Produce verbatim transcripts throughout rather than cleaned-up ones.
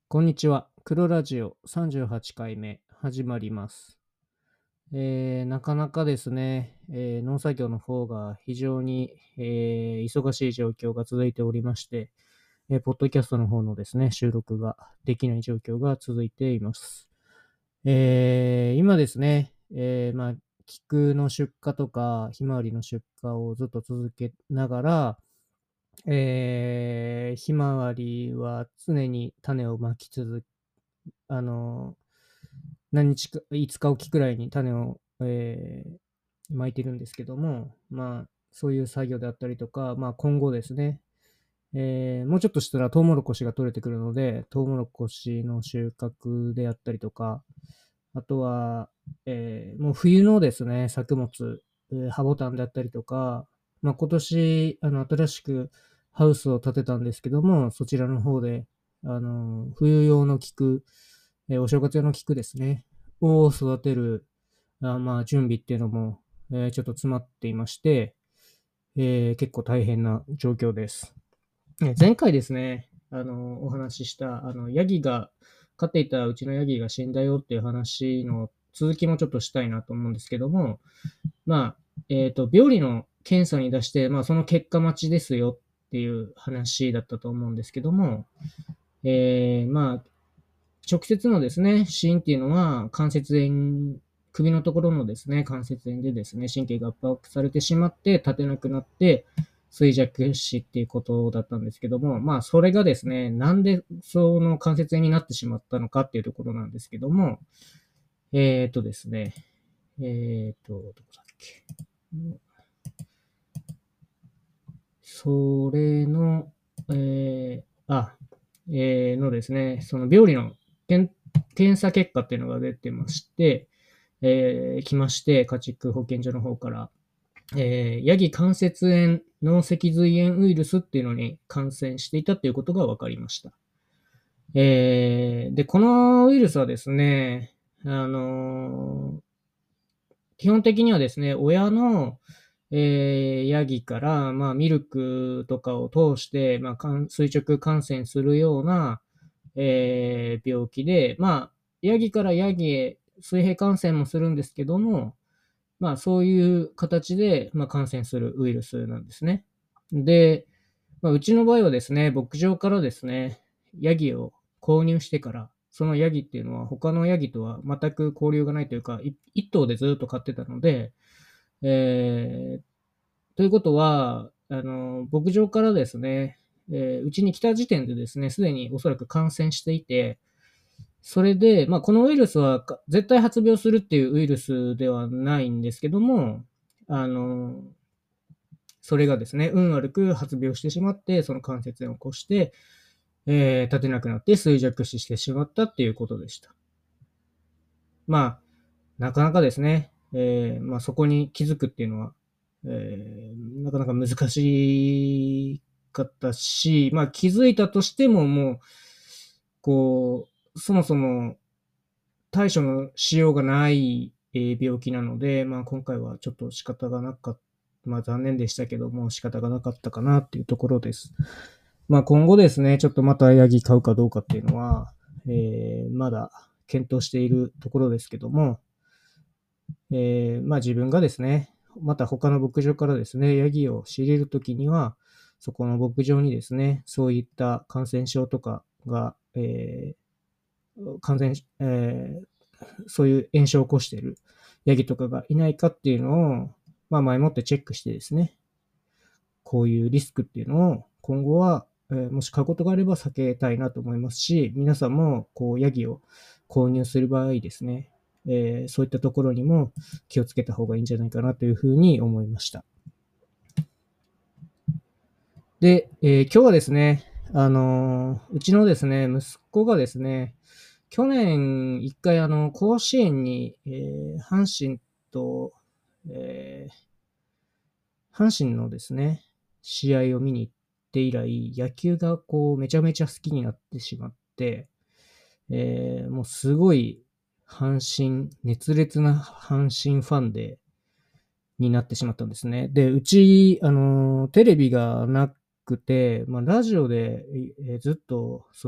こんにちは。黒ラジオさんじゅうはちかいめ始まります。えー、なかなかですね、えー農作業の方が非常に、えー忙しい状況が続いておりまして、えーポッドキャストの方のですね、収録ができない状況が続いています。えー今ですね、えーまあ、菊の出荷とか、ひまわりの出荷をずっと続けながら、えーひまわりは常に種をまき続け、あの、何日か、いつかおきくらいに種を、えー巻いてるんですけども、まあ、そういう作業であったりとか、まあ、今後ですね、えーもうちょっとしたらトウモロコシが取れてくるので、トウモロコシの収穫であったりとか、あとは、えーもう冬のですね、作物、えーハボタンであったりとか、まあ、今年、あの、新しくハウスを建てたんですけども、そちらの方で、あの、冬用の菊、えーお正月用の菊ですね、を育てる、あまあ、準備っていうのも、えーちょっと詰まっていまして、えー結構大変な状況です。ね前回ですね、あの、お話しした、あの、ヤギが、飼っていたうちのヤギが死んだよっていう話の続きもちょっとしたいなと思うんですけども、まあ、えっと、病理の検査に出して、まあ、その結果待ちですよっていう話だったと思うんですけども、えー、まあ、直接のですね、死因っていうのは関節炎、首のところのですね、関節炎でですね、神経が圧迫されてしまって、立てなくなって、衰弱死っていうことだったんですけども、まあ、それがですね、なんでその関節炎になってしまったのかっていうところなんですけども、えっとですね、えっと、どこだっけ。それの、えー、あ、えーのですね、その病理の検検査結果っていうのが出てまして、えー来まして、家畜保健所の方から、えー、ヤギ関節炎脳脊髄炎ウイルスっていうのに感染していたということが分かりました。えー、で、このウイルスはですね、あのー基本的にはですね、親の、えー、ヤギから、まあ、ミルクとかを通して、まあ、垂直感染するような、えー、病気で、まあ、ヤギからヤギへ水平感染もするんですけども、まあ、そういう形で、まあ、感染するウイルスなんですね。で、まあ、うちの場合はですね、牧場からですね、ヤギを購入してから、そのヤギっていうのは他のヤギとは全く交流がないというか、い一頭でずっと飼ってたので、えー、ということは、あの、牧場からですね、えーうちに来た時点でですね、すでにおそらく感染していて、それで、まあ、このウイルスはか絶対発病するっていうウイルスではないんですけども、あの、それがですね、運悪く発病してしまって、その関節炎を起こして、えー立てなくなって衰弱死してしまったっていうことでした。まあ、なかなかですね、えーまあ、そこに気づくっていうのは、えーなかなか難しかったし、まあ、気づいたとしてももう、こう、そもそも対処のしようがない、えー病気なので、まあ、今回はちょっと仕方がなかった、まあ、残念でしたけども、仕方がなかったかなっていうところです。まあ、今後ですね、ちょっとまたヤギ買うかどうかっていうのは、えーまだ検討しているところですけども、えーまあ、自分がですね、また他の牧場からですね、ヤギを仕入れるときには、そこの牧場にですね、そういった感染症とかが、えー感染、えーそういう炎症を起こしているヤギとかがいないかっていうのを、まあ、前もってチェックしてですね、こういうリスクっていうのを今後は、えーもし買うことがあれば避けたいなと思いますし、皆さんもこうヤギを購入する場合ですね、えーそういったところにも気をつけた方がいいんじゃないかなというふうに思いました。で、えー今日はですね、あのーうちのですね、息子がですね、去年一回あの、甲子園に、えー阪神と、えー阪神のですね、試合を見に行って以来、野球がこう、めちゃめちゃ好きになってしまって、えーもうすごい阪神、熱烈な阪神ファンで、になってしまったんですね。で、うち、あの、テレビがなくて、まあ、ラジオで、えーずっと、その、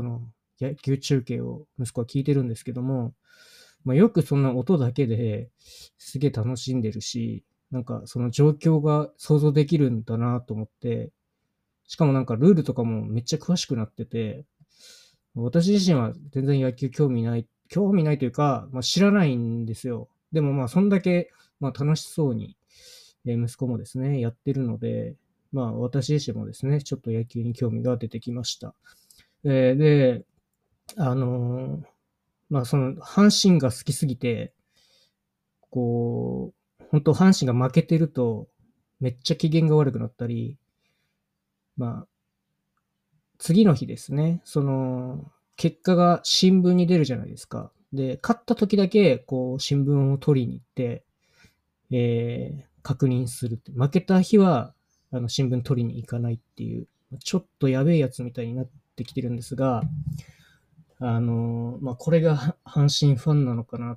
野球中継を息子は聞いてるんですけども、まあ、よくそんな音だけですげえ楽しんでるし、なんかその状況が想像できるんだなと思って、しかもなんかルールとかもめっちゃ詳しくなってて、私自身は全然野球興味ない、興味ないというか、まあ、知らないんですよ。でもまあそんだけ、まあ、楽しそうに、えー息子もですね、やってるので、まあ私自身もですね、ちょっと野球に興味が出てきました。えーで、あのーまあその阪神が好きすぎて、こう、本当阪神が負けてると、めっちゃ機嫌が悪くなったり、まあ、次の日ですね、その、結果が新聞に出るじゃないですか。で、勝った時だけ、こう、新聞を取りに行って、えー、確認するって。負けた日は、あの、新聞取りに行かないっていう、ちょっとやべえやつみたいになってきてるんですが、あの、まあ、これが阪神ファンなのかなって、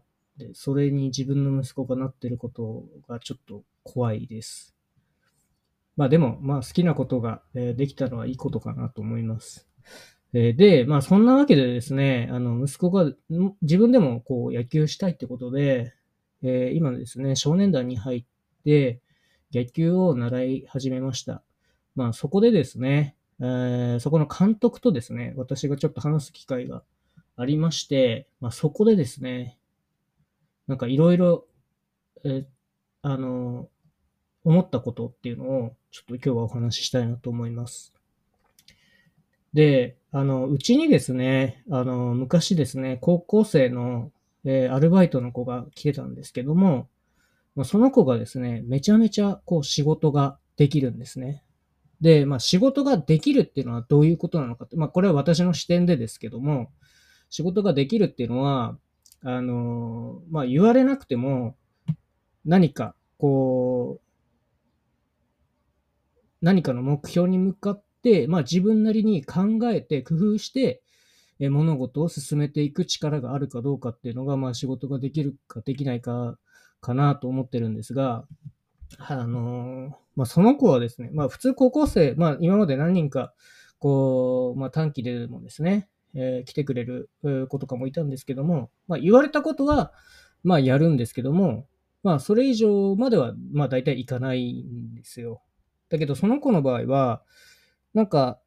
それに自分の息子がなってることがちょっと怖いです。まあでも、まあ好きなことが、えーできたのはいいことかなと思います。えーで、まあそんなわけでですね、あの、息子がん自分でもこう野球したいってことで、えー今ですね、少年団に入って、野球を習い始めました。まあそこでですね、えーそこの監督とですね、私がちょっと話す機会がありまして、まあそこでですね、なんかいろいろ、えーあの、思ったことっていうのを、ちょっと今日はお話ししたいなと思います。で、あの、うちにですね、あの、昔ですね、高校生の、えーアルバイトの子が来てたんですけども、まあ、その子がですね、めちゃめちゃ、こう、仕事ができるんですね。で、まあ、仕事ができるっていうのはどういうことなのかって、まあ、これは私の視点でですけども、仕事ができるっていうのは、あの、まあ、言われなくても、何か、こう、何かの目標に向かって、まあ、自分なりに考えて工夫して、え物事を進めていく力があるかどうかっていうのが、まあ、仕事ができるかできないかかなと思ってるんですが、あのーまあ、その子はですね、まあ、普通高校生、まあ、今まで何人か、こう、まあ、短期でもですね、えー来てくれるえー子とかもいたんですけども、まあ、言われたことは、まあ、やるんですけども、まあ、それ以上までは、まあ、大体いかないんですよ。だけど、その子の場合は、なんか、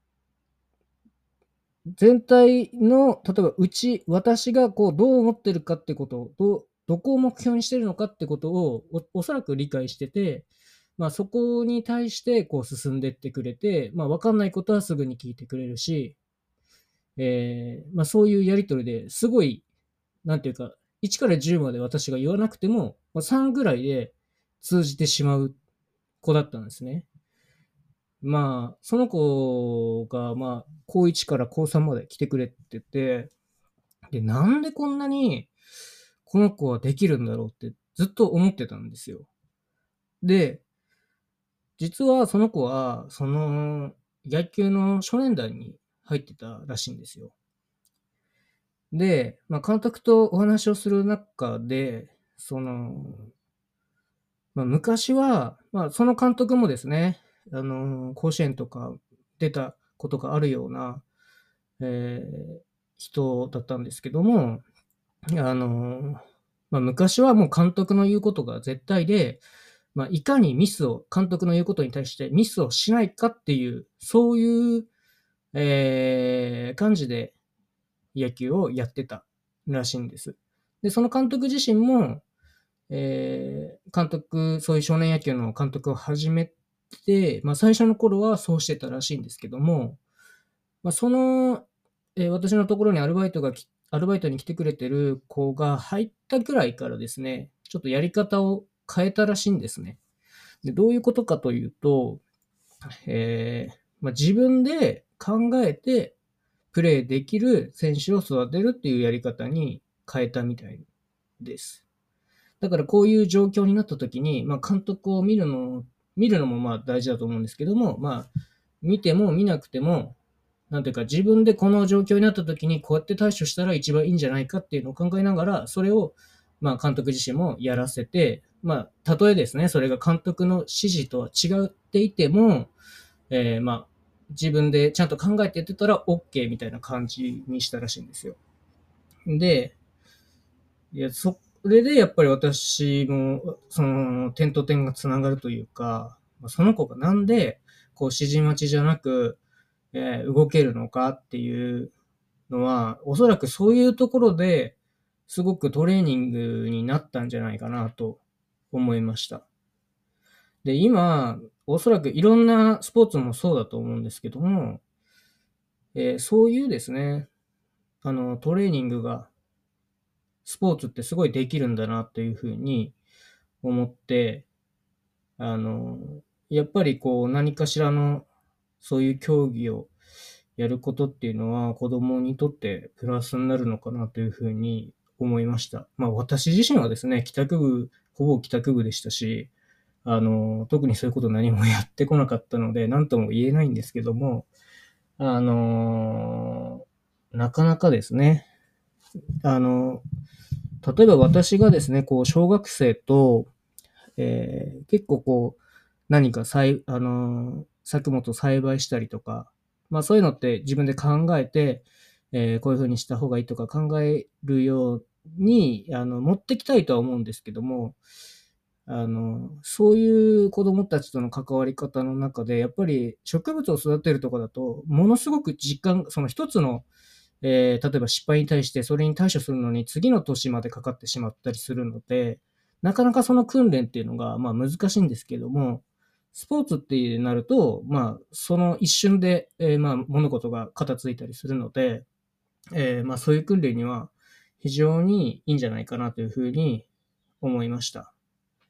全体の、例えばうち、私がこう、どう思ってるかってことを、どどこを目標にしてるのかってことを、おおそらく理解してて、まあそこに対してこう進んでってくれて、まあわかんないことはすぐに聞いてくれるし、えー、まあそういうやりとりですごい、なんていうか、いちからじゅうまで私が言わなくても、まあ、さんぐらいで通じてしまう子だったんですね。まあ、その子が、まあ、高いちから高さんまで来てくれって言って、で、なんでこんなに、この子はできるんだろうってずっと思ってたんですよ。で、実はその子は、その、野球の少年団に入ってたらしいんですよ。で、まあ、監督とお話をする中で、その、まあ、昔は、まあ、その監督もですね、あの、甲子園とか出たことがあるような、えー人だったんですけども、あの、まあ、昔はもう監督の言うことが絶対で、まあ、いかにミスを、監督の言うことに対してミスをしないかっていう、そういう、えー感じで野球をやってたらしいんです。で、その監督自身も、えー監督、そういう少年野球の監督を始めて、まあ、最初の頃はそうしてたらしいんですけども、まあ、その、えー私のところにアルバイトがき、アルバイトに来てくれてる子が入ったくらいからですね、ちょっとやり方を変えたらしいんですね。で、どういうことかというと、えーまあ、自分で考えてプレーできる選手を育てるっていうやり方に変えたみたいです。だからこういう状況になった時に、まあ、監督を見るの、見るのもまあ大事だと思うんですけども、まあ、見ても見なくても、なんていうか自分でこの状況になった時にこうやって対処したら一番いいんじゃないかっていうのを考えながら、それをまあ監督自身もやらせて、まあ、たとえですね、それが監督の指示とは違っていても、えーまあ、 自分でちゃんと考えてやってたら OK みたいな感じにしたらしいんですよ。で、いや、それでやっぱり私も、その、点と点がつながるというか、その子がなんで、こう、指示待ちじゃなく、えー動けるのかっていうのは、おそらくそういうところですごくトレーニングになったんじゃないかなと思いました。で、今、おそらくいろんなスポーツもそうだと思うんですけども、えーそういうですね、あの、トレーニングが、スポーツってすごいできるんだなっていうふうに思って、あの、やっぱりこう何かしらのそういう競技をやることっていうのは子供にとってプラスになるのかなというふうに思いました。まあ私自身はですね、帰宅部、ほぼ帰宅部でしたし、あの、特にそういうこと何もやってこなかったので、何とも言えないんですけども、あの、なかなかですね、あの、例えば私がですね、こう、小学生と、えー結構こう、何か栽、あのー作物を栽培したりとか、まあそういうのって自分で考えて、えーこういう風にした方がいいとか考えるように、あの、持ってきたいとは思うんですけども、あの、そういう子供たちとの関わり方の中で、やっぱり植物を育てるとかだと、ものすごく時間、その一つの、えー例えば失敗に対してそれに対処するのに次の年までかかってしまったりするので、なかなかその訓練っていうのが、まあ難しいんですけども、スポーツってなると、まあその一瞬で、えーまあ物事が片付いたりするので、えーまあそういう訓練には非常にいいんじゃないかなというふうに思いました。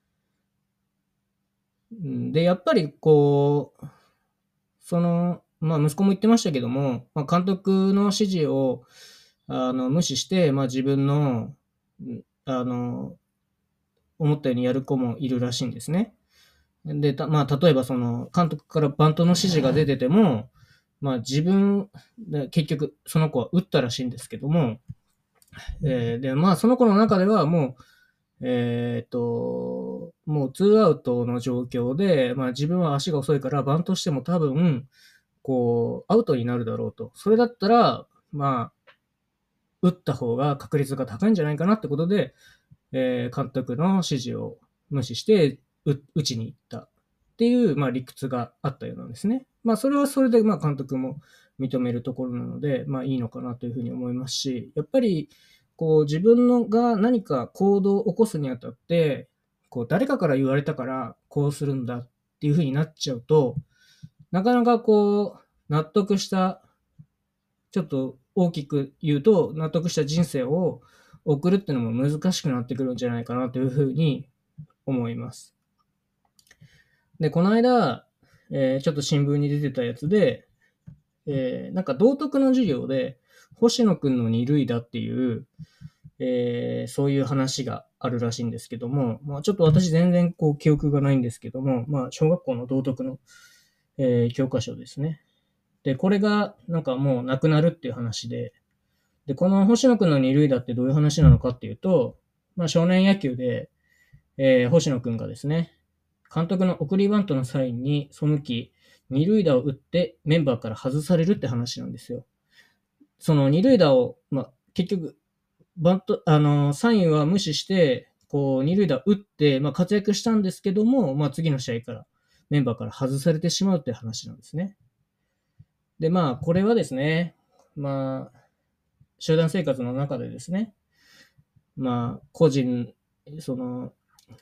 うんで、やっぱりこう、その、まあ息子も言ってましたけども、まあ監督の指示をあの無視して、まあ自分の、うんあの、思ったようにやる子もいるらしいんですね。で、たまあ、例えばその、監督からバントの指示が出てても、まあ自分、で結局その子は打ったらしいんですけども、えーで、まあその子の中ではもう、えーっと、もうツーアウトの状況で、まあ自分は足が遅いからバントしても多分、こう、アウトになるだろうと。それだったら、まあ、打った方が確率が高いんじゃないかなってことで、えー監督の指示を無視して打ちに行ったっていう、まあ、理屈があったようなんですね。まあ、それはそれで、まあ、監督も認めるところなので、まあ、いいのかなというふうに思いますし、やっぱり、こう、自分のが何か行動を起こすにあたって、こう、誰かから言われたから、こうするんだっていうふうになっちゃうと、なかなかこう、納得したちょっと大きく言うと、納得した人生を送るっていうのも難しくなってくるんじゃないかなというふうに思います。で、この間、えーちょっと新聞に出てたやつで、えーなんか道徳の授業で、星野くんの二類だっていう、えーそういう話があるらしいんですけども、まあちょっと私全然こう記憶がないんですけども、まあ小学校の道徳の、えー教科書ですね。で、これがなんかもうなくなるっていう話で、で、この星野くんの二塁打ってどういう話なのかっていうと、まあ少年野球で、えー星野くんがですね、監督の送りバントのサインに背き、二塁打を打ってメンバーから外されるって話なんですよ。その二塁打を、まあ、結局、バント、あのーサインは無視して、こう、二塁打打って、まあ、活躍したんですけども、まあ、次の試合からメンバーから外されてしまうって話なんですね。で、まあ、これはですね、まあ、集団生活の中でですね、まあ、個人、その、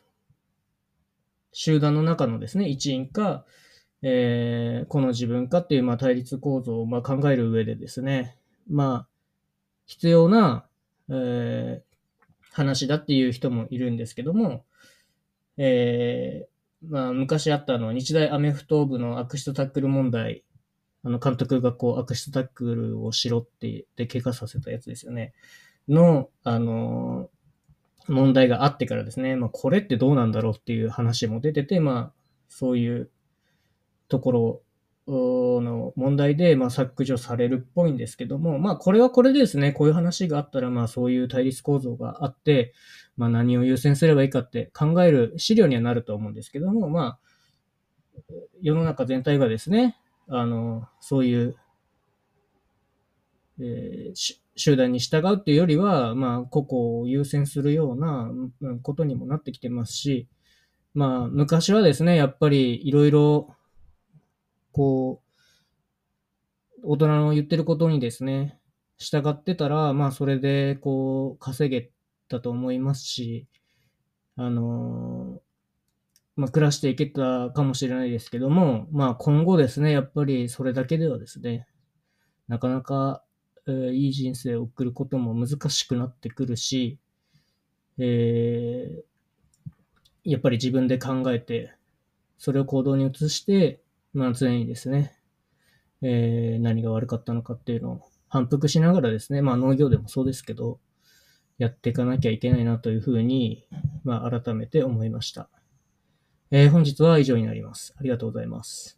集団の中のですね、一員か、えー、この自分かっていう、まあ、対立構造を、まあ、考える上でですね、まあ、必要な、えー、話だっていう人もいるんですけども、えー、まあ、昔あったあの、日大アメフト部の悪質タックル問題、あの、監督がこう、悪質タックルをしろって言って怪我させたやつですよね。の、あの問題があってからですね、まあ、これってどうなんだろうっていう話も出てて、まあ、そういうところの問題で、まあ、削除されるっぽいんですけども、まあ、これはこれでですね、こういう話があったら、まあ、そういう対立構造があって、まあ、何を優先すればいいかって考える資料にはなると思うんですけども、まあ、世の中全体がですね、 あの、そういう、えー集団に従うっていうよりは、まあ、個々を優先するようなことにもなってきてますし、まあ、昔はですね、やっぱりいろいろ、こう、大人の言ってることにですね、従ってたら、まあ、それで、こう、稼げたと思いますし、あのまあ、暮らしていけたかもしれないですけども、まあ、今後ですね、やっぱりそれだけではですね、なかなか、えーいい人生を送ることも難しくなってくるし、えーやっぱり自分で考えて、それを行動に移して、まあ、常にですね、えー何が悪かったのかっていうのを反復しながらですね、まあ、農業でもそうですけど、やっていかなきゃいけないなというふうに、まあ、改めて思いました。えー本日は以上になります。ありがとうございます。